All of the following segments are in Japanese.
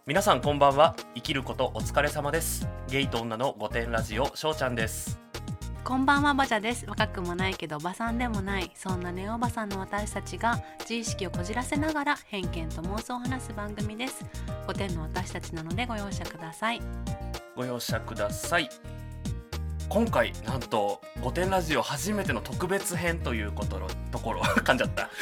皆さんこんばんは。生きることお疲れ様です。ゲイと女の御殿ラジオ、しょうちゃんです。 こんばんは、バジャです。若くもないけどおばさんでもない、そんなネオおばさんの私たちが自意識をこじらせながら偏見と妄想を話す番組です。御殿の私たちなのでご容赦ください。 ご容赦ください。今回なんと御殿ラジオ初めての特別編というところ噛んじゃった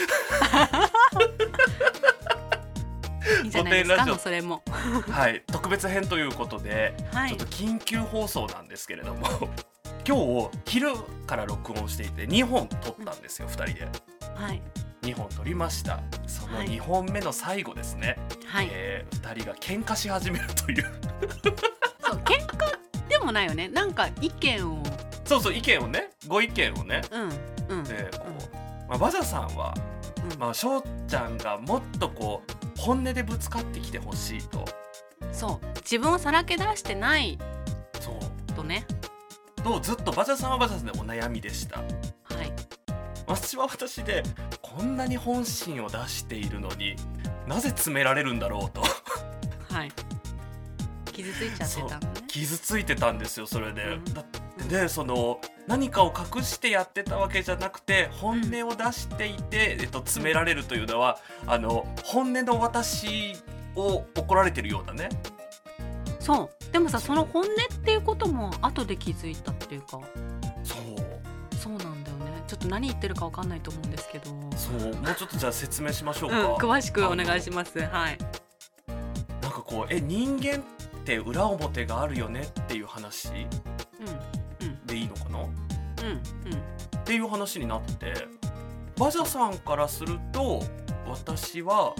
いいんじゃないですか、もうそれもはい、特別編ということで、 はい、 ちょっと緊急放送なんですけれども今日昼から録音していて2本撮ったんですよ、2人で。 はい、 2本撮りました。その2本目の最後ですね、 はい、 2人が喧嘩し始めるというそう、喧嘩でもないよね。なんか意見をそう意見をね、ご意見をね、でこう、バジャさんは、しょうちゃんがもっとこう本音でぶつかってきてほしいと。 そう、自分をさらけ出してないそうとね、 ずっとバジャさんはバジャさんでお悩みでした。 はい、 私は私でこんなに本心を出しているのになぜ詰められるんだろうとはい、傷ついちゃってたのね。 傷ついてたんですよ、それで。でその何かを隠してやってたわけじゃなくて本音を出していて、詰められるというのは本音の私を怒られてるようだね。 そうでもさ、その本音っていうことも後で気づいたっていうか、そうなんだよね。ちょっと何言ってるか分かんないと思うんですけど、 そうもうちょっとじゃあ説明しましょうか、 詳しくお願いします。はい。 なんかこう人間って裏表があるよねっていう話でいいのかな、っていう話になって、バジャさんからすると私は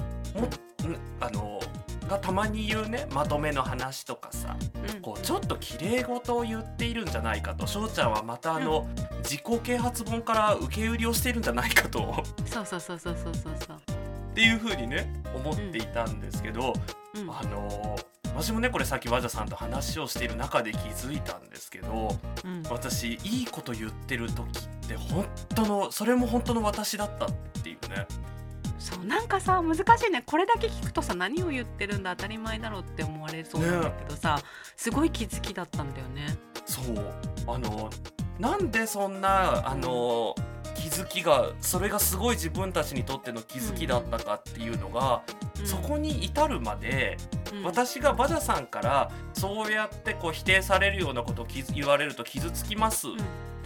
がたまに言うね、まとめの話とかさ、こうちょっと綺麗事を言っているんじゃないかと、しょうちゃんはまた自己啓発本から受け売りをしているんじゃないかとそうっていう風にね思っていたんですけど、私もねこれさっきバジャさんと話をしている中で気づいたんですけど、私いいこと言ってる時ってそれも本当の私だったっていうね。 そうなんかさ、難しいね。これだけ聞くとさ、何を言ってるんだ当たり前だろうって思われそうなんだけどさ、すごい気づきだったんだよね。 そうなんでそんな気づきが、それがすごい自分たちにとっての気づきだったかっていうのが、そこに至るまで、私がバジャさんからそうやってこう否定されるようなことを言われると傷つきますって、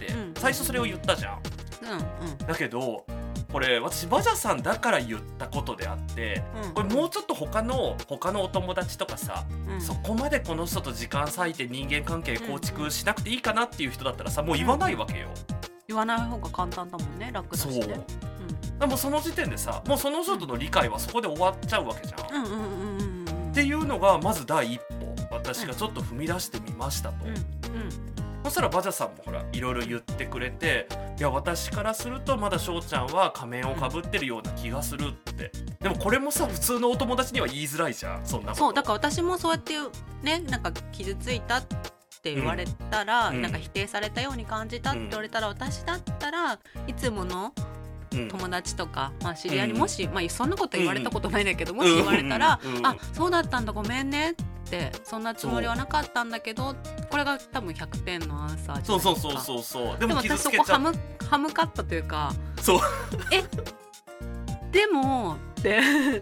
最初それを言ったじゃん。だけどこれ私バジャさんだから言ったことであって、これもうちょっと他のお友達とかさ、そこまでこの人と時間割いて人間関係構築しなくていいかなっていう人だったらさ、もう言わないわけよ。 言わない方が簡単だもんね、楽だしね。 でもその時点でさ、もうその人との理解はそこで終わっちゃうわけじゃん。っていうのがまず第一歩、私がちょっと踏み出してみましたと。そしたらバジャさんもほらいろいろ言ってくれて、いや私からするとまだしょうちゃんは仮面をかぶってるような気がするって。でもこれもさ、普通のお友達には言いづらいじゃん、そんなこと。 そうだから私もそうやってね、なんか傷ついたって言われたら、なんか否定されたように感じたって言われたら、私だったらいつもの友達とか、知り合いにもし、そんなこと言われたことないんだけど、もし言われたら、あ、そうだったんだ、ごめんねって、そんなつもりはなかったんだけど、これが多分100点のアンサーじゃないですか。 そうでも私そこ歯向かったというか、 そうでもって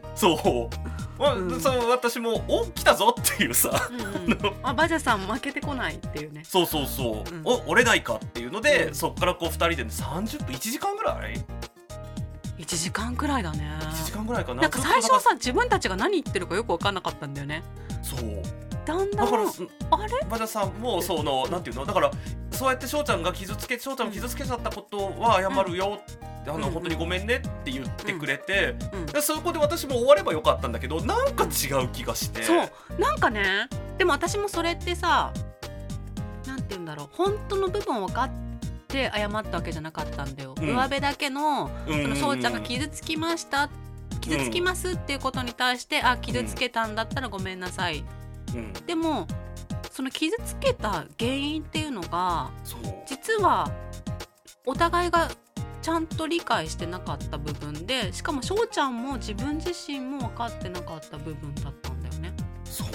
そう私も来たぞっていうさ、 バジャさん負けてこないっていうね。 折れないかっていうので、そっからこう2人で30分1時間ぐらい 1時間くらいだね。 1時間ぐらいかな。 なんか最初はさ、自分たちが何言ってるかよく分かんなかったんだよね。だんだんあれバジャさんもなんていうの、だからそうやってしょうちゃんを傷つけちゃったことは謝るよ、本当にごめんねって言ってくれて、そこで私も終わればよかったんだけど、なんか違う気がして、 そうなんかね。でも私もそれってさ、なんて言うんだろう、本当の部分分かって謝ったわけじゃなかったんだよ。上辺だけのそのしょうちゃんが傷つきますっていうことに対して、傷つけたんだったらごめんなさい、でもその傷つけた原因っていうのが、実はお互いがちゃんと理解してなかった部分で、しかも翔ちゃんも自分自身も分かってなかった部分だったんだよね。 そう、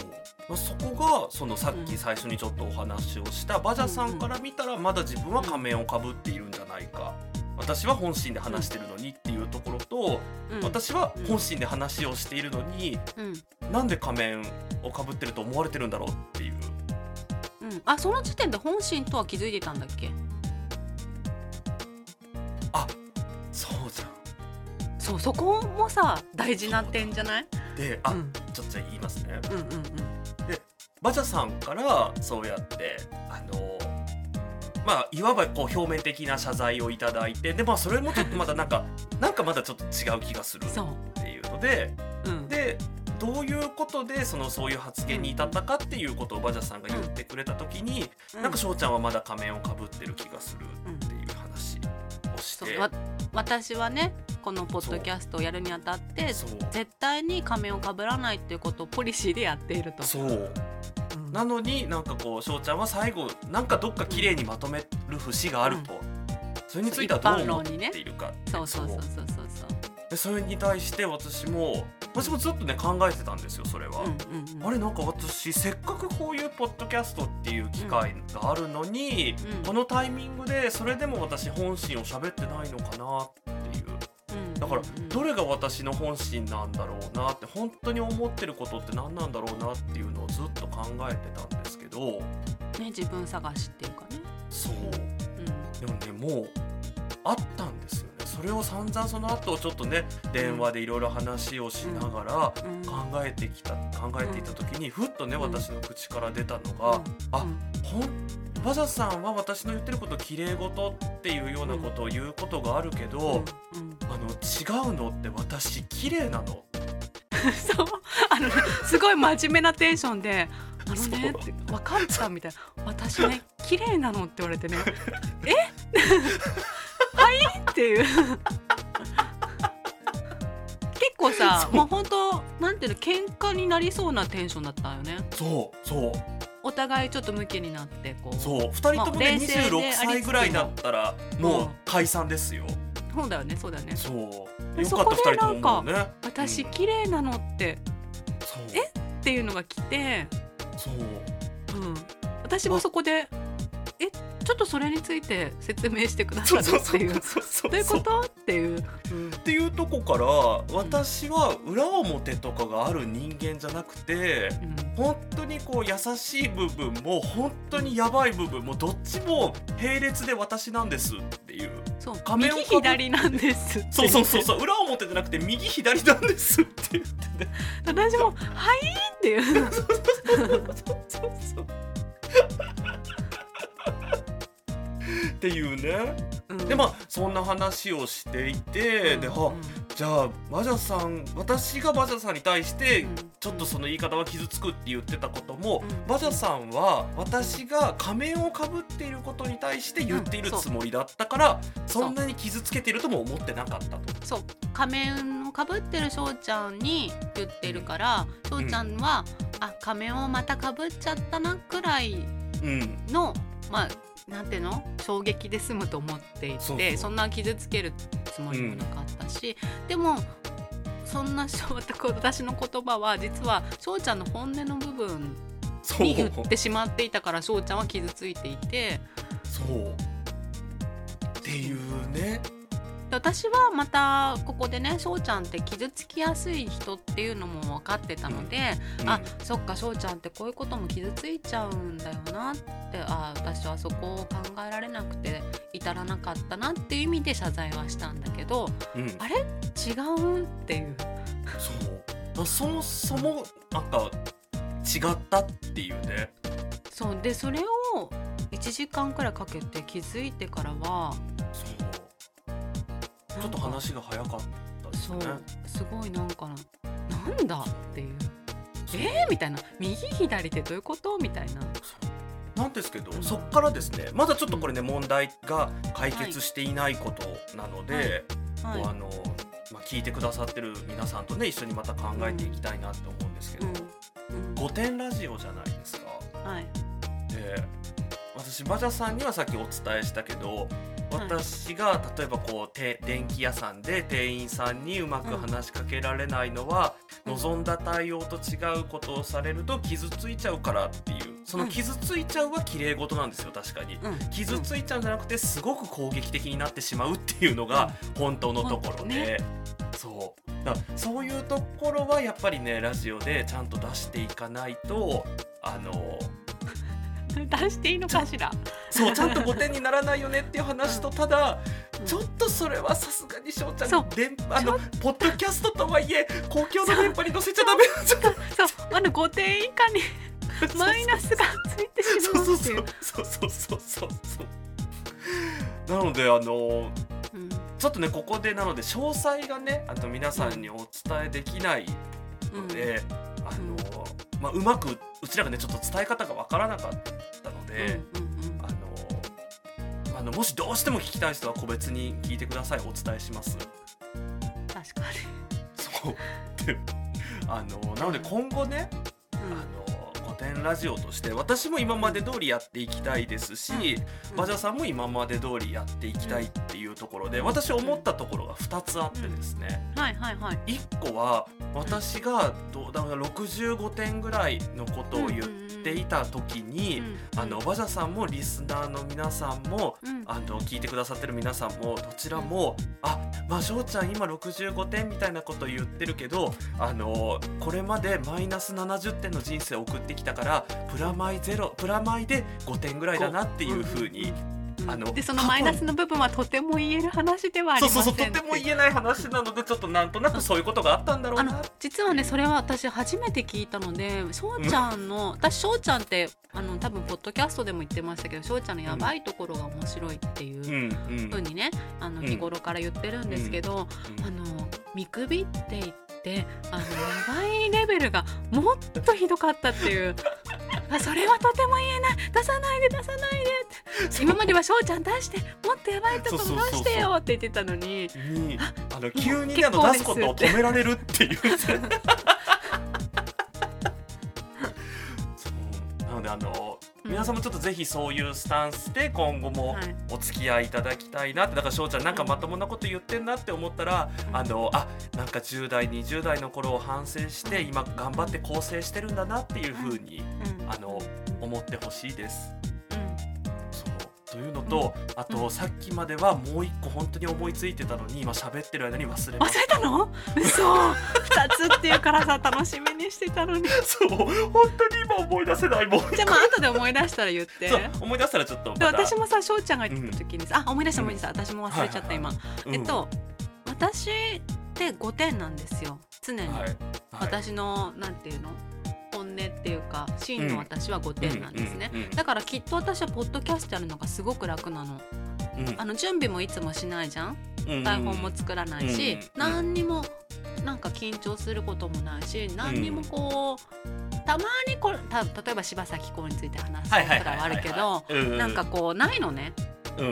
そこがそのさっき最初にちょっとお話をしたバジャさんから見たらまだ自分は仮面をかぶっているんじゃないか、私は本心で話してるのにっていうところと、私は本心で話をしているのに、なんで仮面をかぶってると思われてるんだろうっていう、 あ、その時点で本心とは気づいてたんだっけ？ あ、そうじゃん。 そう、そこもさ大事な点じゃない？ で、ちょっとじゃあ言いますね。で、バジャさんからそうやっていわばこう表面的な謝罪をいただいて、でそれもちょっとまだなんかまだちょっと違う気がするっていうので、でどういうことでそういう発言に至ったかっていうことをバジャさんが言ってくれた時に、なんか翔ちゃんはまだ仮面をかぶってる気がするっていう話をして、 私はねこのポッドキャストをやるにあたって絶対に仮面をかぶらないっていうことをポリシーでやっていると。 そうなのになんかこう翔ちゃんは最後なんかどっか綺麗にまとめる節があると、それについてはどう思っているか、でそれに対して私もずっとね考えてたんですよ。それは、あれなんか私せっかくこういうポッドキャストっていう機会があるのに、このタイミングでそれでも私本心を喋ってないのかなっていう、だからどれが私の本心なんだろうなって、本当に思ってることって何なんだろうなっていうのをずっと考えてたんですけど、ね、 自分探しっていうかね。 そう、でもねもうあったんですよね。それを散々その後ちょっとね電話でいろいろ話をしながら考えていた時にふっとね私の口から出たのが、バジャさんは私の言ってることきれい事っていうようなことを言うことがあるけど、違うのって私綺麗なのそうすごい真面目なテンションでねって分かったみたいな、私ね綺麗なのって言われてねはいっていう結構さもう本当なんていうの喧嘩になりそうなテンションだったよね。 そうお互いちょっとムキになってこう、 2人ともね26歳ぐらいだったらもう解散ですよ。 そうだよね。そうよかった 2人とももうね、 私綺麗なのってっていうのが来て、私もそこでちょっとそれについて説明してくださるっていうどういうことっていうっていうとこから私は裏表とかがある人間じゃなくて、本当にこう優しい部分も本当にやばい部分もどっちも並列で私なんですっていう、 右左なんですって、 そう裏表じゃなくて右左なんですって言ってね、 私もはいっていうそうっていうね、でそんな話をしていて、でじゃあ私がバジャさんに対してちょっとその言い方は傷つくって言ってたことも、バジャさんは私が仮面をかぶっていることに対して言っているつもりだったから、そんなに傷つけているとも思ってなかったと。 そう、仮面をかぶってる翔ちゃんに言ってるから、翔ちゃんは、仮面をまたかぶっちゃったなくらいの、なんていうの衝撃で済むと思っていて、そんな傷つけるつもりもなかったし、でもそんな私の言葉は実は翔ちゃんの本音の部分に言ってしまっていたから、翔ちゃんは傷ついていて、 そうっていうね。 私はまたここでね、翔ちゃんって傷つきやすい人っていうのも分かってたので、そっか翔ちゃんってこういうことも傷ついちゃうんだよなって、私はそこを考えられなくて至らなかったなっていう意味で謝罪はしたんだけど、あれ違うっていう、 そもそもなんか違ったっていうね。 そうで、それを1時間くらいかけて気づいてからはちょっと話が早かったですね。 すごいなんだっていう、みたいな、右左ってどういうことみたいな。 なんですけど、そっからですね、まだちょっとこれね、問題が解決していないことなので、聞いてくださってる皆さんとね一緒にまた考えていきたいなと思うんですけど、御殿ラジオじゃないですか。で、私バジャさんにはさっきお伝えしたけど、 私が例えばこう電気屋さんで店員さんにうまく話しかけられないのは、望んだ対応と違うことをされると傷ついちゃうからっていう、その傷ついちゃうは綺麗事なんですよ。確かに、傷ついちゃうんじゃなくてすごく攻撃的になってしまうっていうのが本当のところで、そういうところはやっぱりねラジオでちゃんと出していかないと出していいのかしら。 そうちゃんと5点にならないよねっていう話と、ただちょっとそれはさすがに翔ちゃんポッドキャストとはいえ公共の電波に載せちゃダメなんじゃない。 そうまだ5点以下にマイナスがついてしまうっていう。 そうなのでちょっとねここでなので詳細がね皆さんにお伝えできないので、うまくうちらがねちょっと伝え方がわからなかったので、もしどうしても聞きたい人は個別に聞いてください。お伝えします。 確かにそうでなので今後ね、古典ラジオとして私も今まで通りやっていきたいですし、バジャさんも今まで通りやっていきたいっていうところで、私思ったところが2つあってですね、1個は私がだから65点ぐらいのことを言っていた時に、バジャさんもリスナーの皆さんも、聞いてくださってる皆さんもどちらも翔ちゃん今65点みたいなこと言ってるけどこれまでマイナス70点の人生を送ってきたからプラマイで5点ぐらいだなっていう風にでそのマイナスの部分はとても言える話ではありません。 とても言えない話なのでちょっとなんとなくそういうことがあったんだろうな。 実はねそれは私初めて聞いたので、翔ちゃんの私翔ちゃんって多分ポッドキャストでも言ってましたけど、翔ちゃんのやばいところが面白いっていう風にね日頃から言ってるんですけど、見くびって言ってやばいレベルがもっとひどかったっていうそれはとても言えない、出さないでって今までは翔ちゃん出してもっとやばいところ出してよって言ってたのに急に出すことを止められるっていうなので皆さんもちょっとぜひそういうスタンスで今後もお付き合いいただきたいなって。だから翔ちゃんなんかまともなこと言ってんなって思ったらなんか10代20代の頃を反省して今頑張って構成してるんだなっていう風に思ってほしいです。というのと、あとさっきまではもう一個本当に思いついてたのに今喋ってる間に忘れました。 忘れたの？嘘2つっていうからさ楽しみにしてたのにそう本当に今思い出せないもん。 じゃあ後で思い出したら言ってそう思い出したらちょっとまた私もさ翔ちゃんが言った時にさ、思い出した私も忘れちゃった今、私って5点なんですよ常に、私のなんていうの本音っていうか真の私は5点なんですね。だからきっと私はポッドキャストやるのがすごく楽なの。準備もいつもしないじゃん、台本も作らないし、何にもなんか緊張することもないし、何にもこうたまに例えば柴咲コウについて話すことがあるけどなんかこうないのね、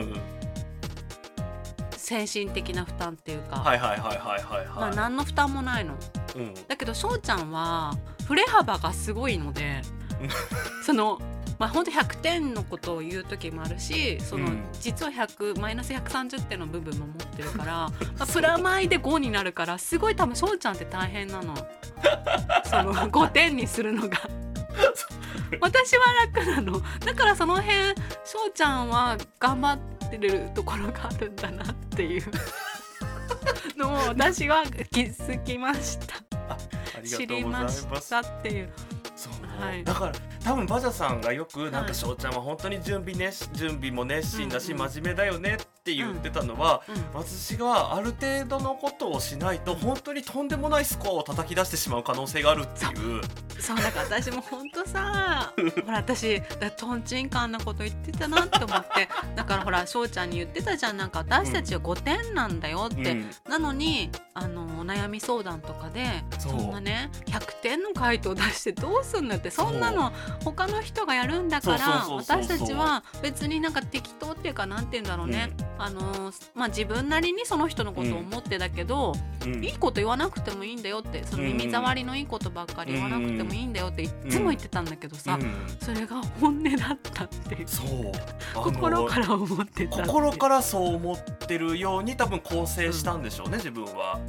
精神的な負担っていうか何の負担もないの、だけど翔ちゃんは振れ幅がすごいので本当100点のことを言う時もあるし実はマイナス130点の部分も持ってるからプラマイで5になるからすごい多分翔ちゃんって大変なの5点にするのが私は楽なの。だからその辺翔ちゃんは頑張ってるところがあるんだなっていうのを私は気づきました。知りましたっていう。 だから多分バジャさんがよくなんか翔ちゃんは本当に準備も熱心だし真面目だよねって言ってたのは、私がある程度のことをしないと本当にとんでもないスコアを叩き出してしまう可能性があるっていう。 そうだから私も本当さほら私とんちんかんなこと言ってたなって思ってだからほら翔ちゃんに言ってたじゃん、なんか私たちは5点なんだよって、なのにお悩み相談とかでそんなね100点の回答出してどうすんのって、そんなの他の人がやるんだから私たちは別になんか適当っていうかなんて言うんだろうね、自分なりにその人のことを思ってだけど、いいこと言わなくてもいいんだよって、その耳障りのいいことばっかり言わなくてももいいんだよっていつも言ってたんだけどさ、それが本音だったっていう、 そう心から思ってたって、 心からそう思ってるように多分構成したんでしょうね、自分は。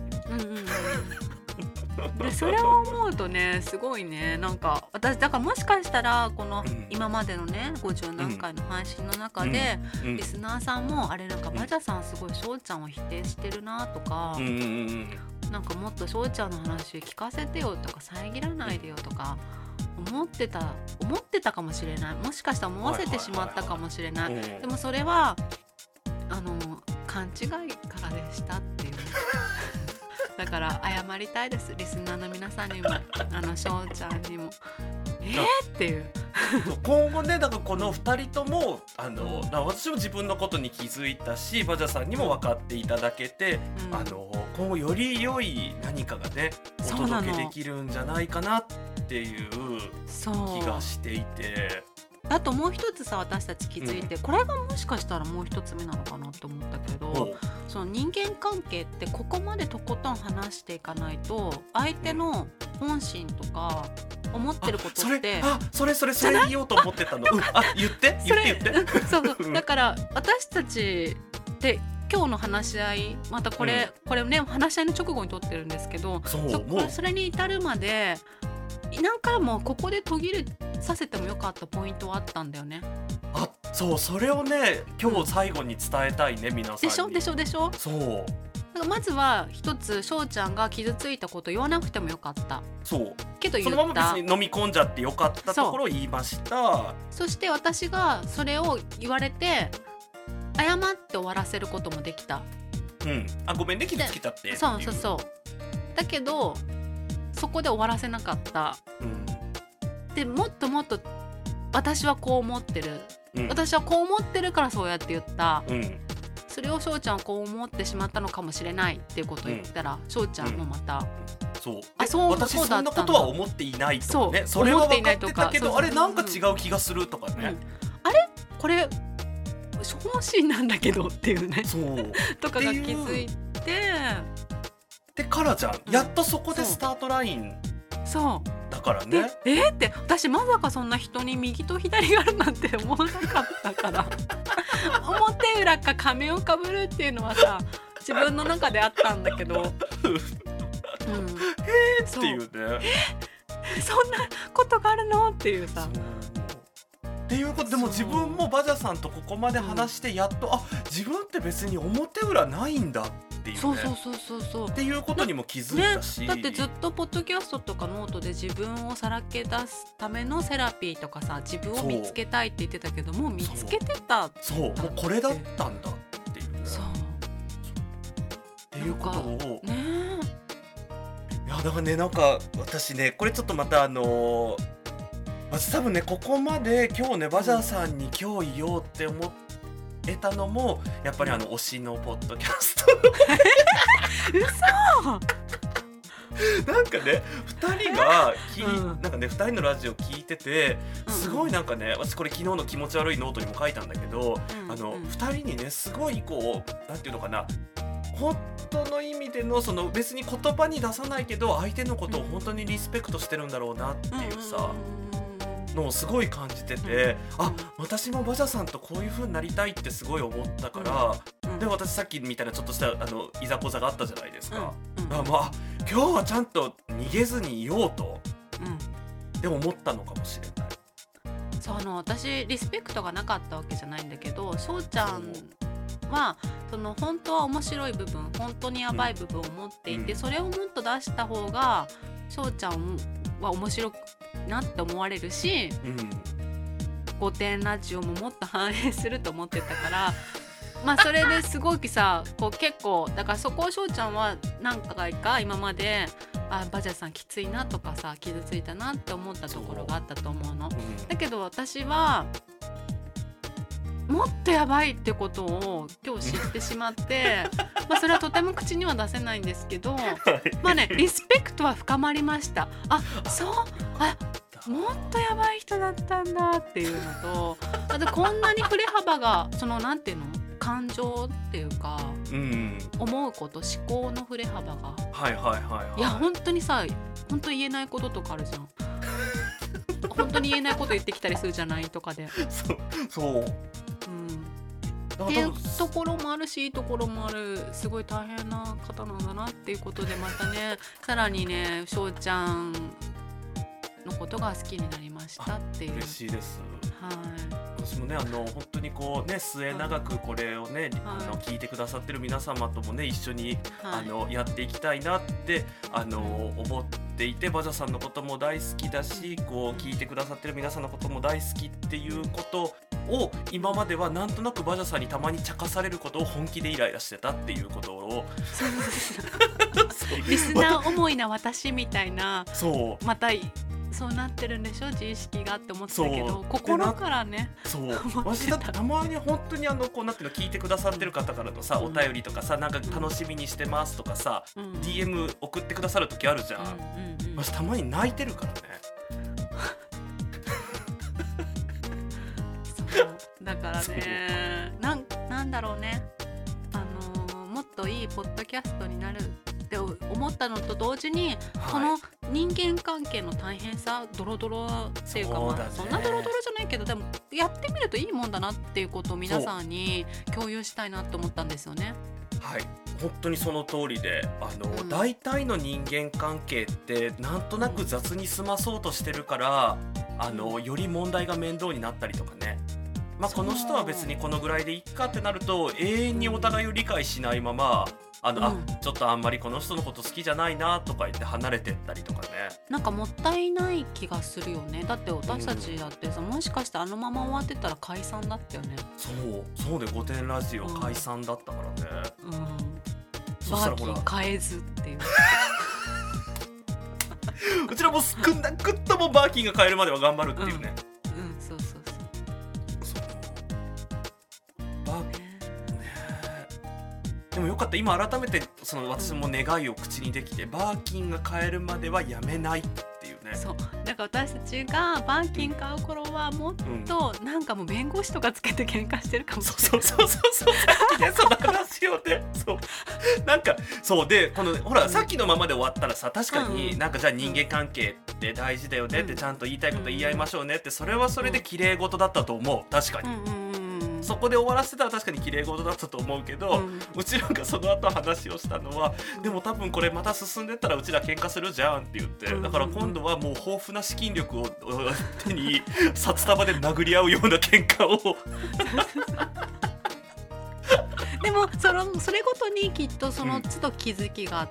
でそれを思うとねすごいね、なんか私だからもしかしたらこの今までのね50何回の配信の中で、リスナーさんもあれなんかバジャさんすごい翔ちゃんを否定してるなとか、なんかもっと翔ちゃんの話聞かせてよとか遮らないでよとか思ってたかもしれない、もしかしたら思わせてしまったかもしれない、でもそれは勘違いからでしたっていうだから謝りたいです、リスナーの皆さんにも翔ちゃんにもっていう今後ね、だからこの2人とも私も自分のことに気づいたし、バジャさんにも分かっていただけて、今後より良い何かがねお届けできるんじゃないかなっていう気がしていて、 あともう一つさ私たち気づいて、これがもしかしたらもう一つ目なのかなって思ったけど、その人間関係ってここまでとことん話していかないと相手の本心とか思ってることってそれ言おうと思ってたの。言ってそうだから私たちって今日の話し合いまたこれね話し合いの直後に撮ってるんですけど、それに至るまで何回もここで途切れさせてもよかったポイントはあったんだよね。 それをね今日最後に伝えたいね、皆さんに。 でしょそうだからまずは一つ翔ちゃんが傷ついたこと言わなくてもよかった。 そうけど言った、 そのまま別に飲み込んじゃってよかったところを言いました。 そして私がそれを言われて謝って終わらせることもできた。 ごめんね傷つけちゃってそうだけどそこで終わらせなかった、でもっともっと私はこう思ってる、私はこう思ってるからそうやって言った、それを翔ちゃんはこう思ってしまったのかもしれないっていうことを言ったら、翔ちゃんもまた、 私そんなことは思っていないとかね、それは分かってたけどあれなんか違う気がするとかね、 あれこれ本心なんだけどっていうねとかが気づいてでからじゃん、やっとそこでスタートラインだからね。 って私まさかそんな人に右と左があるなんて思わなかったから表裏か仮面をかぶるっていうのはさ自分の中であったんだけどっていうねそんなことがあるのっていうさっていうことでも自分もバジャさんとここまで話してやっと自分って別に表裏ないんだっていうね、 そうっていうことにも気づいたし、 だってずっとポッドキャストとかノートで自分をさらけ出すためのセラピーとかさ自分を見つけたいって言ってたけどもう見つけてたもうこれだったんだっていうねっていうことをいやだからねなんか私ねこれちょっとまた私多分ねここまで今日ねバジャさんに今日言おうって思えたのもやっぱり推しのポッドキャスト嘘なんかね2人がなんかね2人のラジオ聞いててすごいなんかね私これ昨日の気持ち悪いノートにも書いたんだけど2人にねすごいこうなんていうのかな本当の意味でのその別に言葉に出さないけど相手のことを本当にリスペクトしてるんだろうなっていうさのをすごい感じてて私もバジャさんとこういう風になりたいってすごい思ったからで私さっきみたいなちょっとしたいざこざがあったじゃないですか今日はちゃんと逃げずにいようとでも思ったのかもしれない。 そう私リスペクトがなかったわけじゃないんだけど翔ちゃんはその本当は面白い部分本当にやばい部分を持っていて、それをもっと出した方が翔ちゃんは面白くなって思われるし、御殿ラジオももっと反映すると思ってたからそれですごいさこう結構だからそこを翔ちゃんは何回か今までバジャさんきついなとかさ傷ついたなって思ったところがあったと思うの、だけど私はもっとやばいってことを今日知ってしまってそれはとても口には出せないんですけどリスペクトは深まりました。もっとやばい人だったんだっていうのとあとこんなに振れ幅がそのなんていうの感情っていうか、思うこと思考の振れ幅がいや本当にさ本当言えないこととかあるじゃん本当に言えないこと言ってきたりするじゃないとかでそう、 っていうところもあるし、いいところもある、すごい大変な方なんだなっていうことで、またねさらにね翔ちゃんのことが好きになりましたっていう。 嬉しいです。 はい、 私もね本当にこうね末永くこれをね、聞いてくださってる皆様ともね一緒に、やっていきたいなって思っていて、バジャさんのことも大好きだし、こう聞いてくださってる皆さんのことも大好きっていうことを今まではなんとなくバジャさんにたまに茶化されることを本気でイライラしてたっていうことをリスナー思いな私みたいな、 そうまたそうなってるんでしょ自意識がって思ってたけど、心からねそう私だってたまに本当にこうなんていうの聞いてくださってる方からのさ、お便りとかさ、なんか楽しみにしてますとかさ、DM 送ってくださる時あるじゃん、私たまに泣いてるからねそうだからねなんだろうね、もっといいポッドキャストになるって思ったのと同時に、この人間関係の大変さ、ドロドロっていうか、そんなドロドロじゃないけど、でもやってみるといいもんだなっていうことを皆さんに共有したいなと思ったんですよね。 はい、本当にその通りで、大体の人間関係ってなんとなく雑に済まそうとしてるから、より問題が面倒になったりとかね、この人は別にこのぐらいでいいかってなると永遠にお互いを理解しないままちょっとあんまりこの人のこと好きじゃないなとか言って離れてったりとかね、 なんかもったいない気がするよね。だって私たちだってさ、もしかしてあのまま終わってたら解散だったよね。 そうで御殿ラジオ解散だったからね、 そしたらほらバーキン変えずっていううちらも少なくともバーキンが変えるまでは頑張るっていうね、 そうでもよかった、今改めて私も願いを口にできて、バーキンが買えるまではやめないっていうね。 そうだから私たちがバーキン買う頃はもっとなんかもう弁護士とかつけて喧嘩してるかもしれない。 そうさっきねその話をねなんかそうでほらさっきのままで終わったらさ、確かになんかじゃあ人間関係って大事だよねってちゃんと言いたいこと言い合いましょうねって、それはそれで綺麗事だったと思う。確かにそこで終わらせたら確かに綺麗事だったと思うけど、うちらがその後話をしたのは、でも多分これまた進んでったらうちら喧嘩するじゃんって言って、だから今度はもう豊富な資金力を手に札束で殴り合うような喧嘩をでもそれごとにきっとその都度気づきがあって、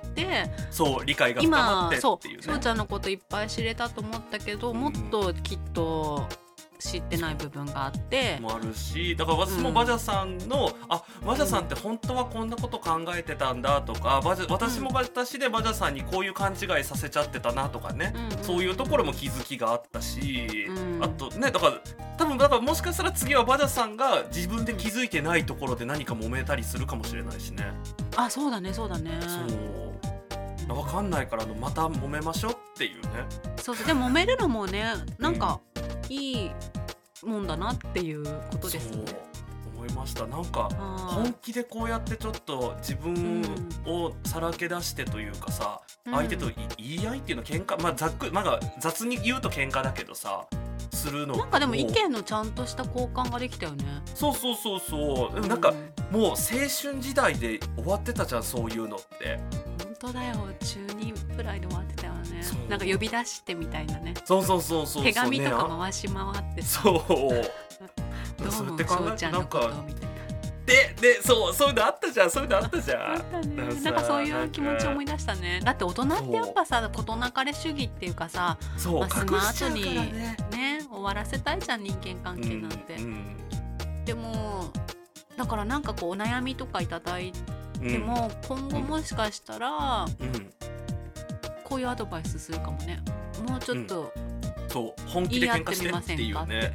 そう理解が深まってっていうね。 翔ちゃんのこといっぱい知れたと思ったけど、もっときっと知ってない部分があってもあるし、だから私もバジャさんの、バジャさんって本当はこんなこと考えてたんだとか、私も私でバジャさんにこういう勘違いさせちゃってたなとかね、そういうところも気づきがあったし、あとねだからもしかしたら次はバジャさんが自分で気づいてないところで何か揉めたりするかもしれないしね。 そうだねそう分かんないからまた揉めましょうっていうね。 そうで揉めるのもねなんか、いいもんだなっていうことですね。 思いました。なんか本気でこうやってちょっと自分をさらけ出してというかさ、相手と言い合いっていうの喧嘩、雑に言うと喧嘩だけどさするのなんかでも意見のちゃんとした交換ができたよね。 そうでもなんかもう青春時代で終わってたじゃん、そういうのって。 本当だよ、中2くらいで終わってたよね。なんか呼び出してみたいなね。 そう手紙とか回し回ってさ、 そうどうも翔ちゃんのことみたいな。 そういうのあったじゃん。 なんかそういう気持ちを思い出したね。だって大人ってやっぱさ、事なかれ主義っていうかさ、スマートにね終わらせたいじゃん、人間関係なんて。でもだからなんかこうお悩みとかいただいても、今後もしかしたら、こういうアドバイスするかもね。もうちょっと、 本気で喧嘩してっていうね。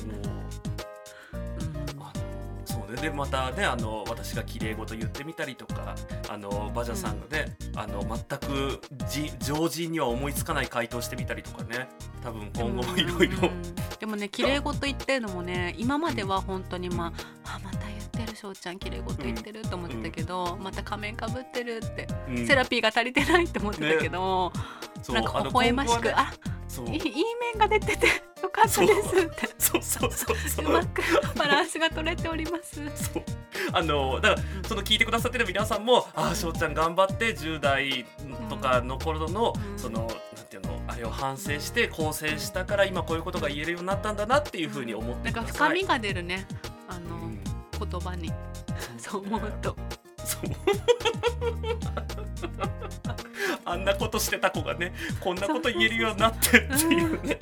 でまたね私が綺麗事言ってみたりとか、バジャさんがね、全く常人には思いつかない回答してみたりとかね、多分今後もいろいろ。 でもね綺麗事言ってるのもね、今までは本当にまた言ってる翔ちゃん綺麗事言ってると思ってたけど、また仮面かぶってるって、セラピーが足りてないって思ってたけど、なんか微笑ましく、 いい面が出ててよかったですってそううまくバランスが取れております。 そうだからその聞いてくださってる皆さんもしょうちゃん頑張って10代とかの頃の、そのなんていうのあれを反省して構成したから今こういうことが言えるようになったんだなっていう風に思ってください。 なんか深みが出るね言葉にそう思うとそうあんなことしてた子がねこんなこと言えるようになってっていうねよ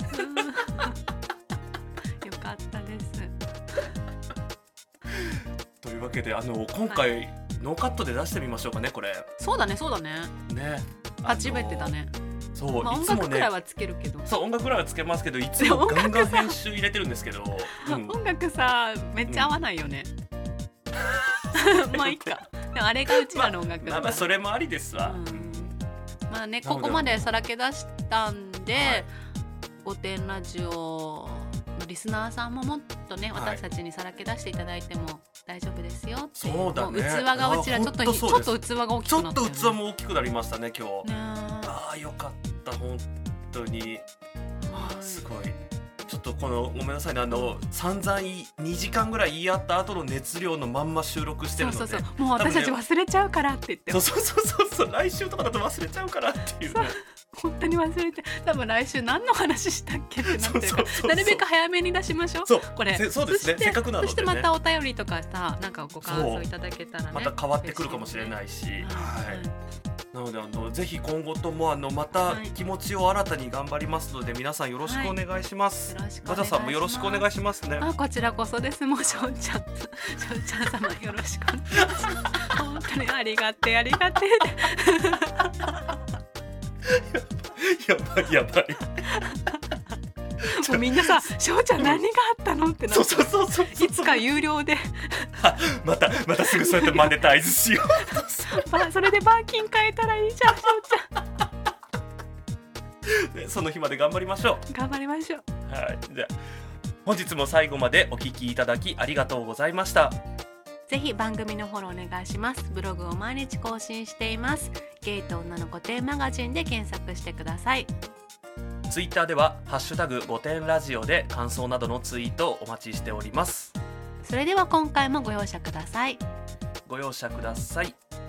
かったです。 というわけで今回、ノーカットで出してみましょうかねこれ。 そうだねね初めてだね。 そう、 まあ、音楽くらいはつけるけど、 そう音楽くらいはつけますけどいつもガンガン編集入れてるんですけど、 音楽さめっちゃ合わないよね、まあいいか。でもあれがうちらの音楽だから、 まあそれもありですわ、 まあねここまでさらけ出したんで、御殿ラジオのリスナーさんももっとね私たちにさらけ出していただいても大丈夫ですよっていう。 そうだね、 もう器がうちらちょっと器が大きくなったよね。 ちょっと器も大きくなりましたね今日ね。 よかった本当にすごい。ちょっとごめんなさいね散々2時間ぐらい言い合った後の熱量のまんま収録してるので、 そうもう私たち忘れちゃうからって言って、 そう来週とかだと忘れちゃうからっていうね。 本当に忘れて多分来週何の話したっけってなってるからなるべく早めに出しましょう。これそうですね、せっかくなのでね。 そしてまたお便りとかさなんかご感想いただけたらねまた変わってくるかもしれないし、なのでぜひ今後ともまた気持ちを新たに頑張りますので、皆さんよろしくお願いします。バジャさんもよろしくお願いしますね。 こちらこそです。もうしょうちゃん様よろしくお願いします本当にありがてやばいもうみんなさしょうちゃん何があったのってなって、いつか有料でまたすぐそうやってマネタイズしようそれでバーキン変えたらいいじゃんしょうちゃんその日まで頑張りましょう。 じゃあじゃあ本日も最後までお聞きいただきありがとうございました。 ぜひ番組のフォローお願いします。ブログを毎日更新しています。ゲイと女の御殿マガジンで検索してください。 ツイッターではハッシュタグ御殿ラジオで感想などのツイートをお待ちしております。 それでは今回もご容赦ください。 ご容赦ください。